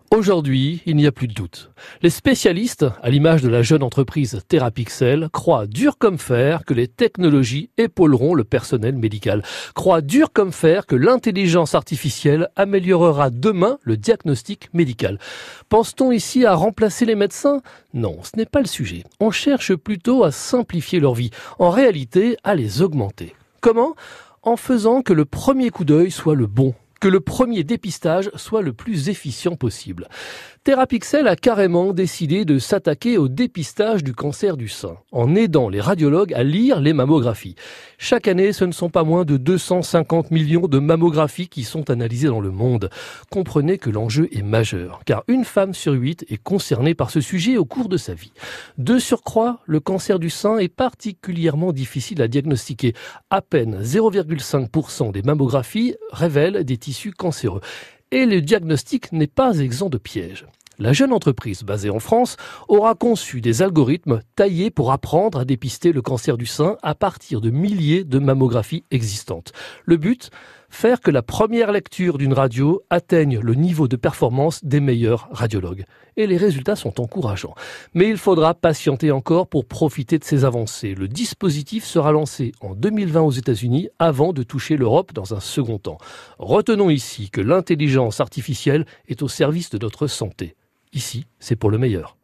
Aujourd'hui, il n'y a plus de doute. Les spécialistes, à l'image de la jeune entreprise Therapixel, croient dur comme fer que les technologies épauleront le personnel médical. Croient dur comme fer que l'intelligence artificielle améliorera demain le diagnostic médical. Pense-t-on ici à remplacer les médecins ? Non, ce n'est pas le sujet. On cherche plutôt à simplifier leur vie. En réalité, à les augmenter. Comment ? En faisant que le premier coup d'œil soit le bon. Que le premier dépistage soit le plus efficient possible. Therapixel a carrément décidé de s'attaquer au dépistage du cancer du sein, en aidant les radiologues à lire les mammographies. Chaque année, ce ne sont pas moins de 250 millions de mammographies qui sont analysées dans le monde. Comprenez que l'enjeu est majeur, car une femme sur 8 est concernée par ce sujet au cours de sa vie. De surcroît, le cancer du sein est particulièrement difficile à diagnostiquer. À peine 0,5% des mammographies révèlent des tissus cancéreux. Et le diagnostic n'est pas exempt de pièges. La jeune entreprise basée en France aura conçu des algorithmes taillés pour apprendre à dépister le cancer du sein à partir de milliers de mammographies existantes. Le but ? Faire que la première lecture d'une radio atteigne le niveau de performance des meilleurs radiologues. Et les résultats sont encourageants. Mais il faudra patienter encore pour profiter de ces avancées. Le dispositif sera lancé en 2020 aux États-Unis avant de toucher l'Europe dans un second temps. Retenons ici que l'intelligence artificielle est au service de notre santé. Ici, c'est pour le meilleur.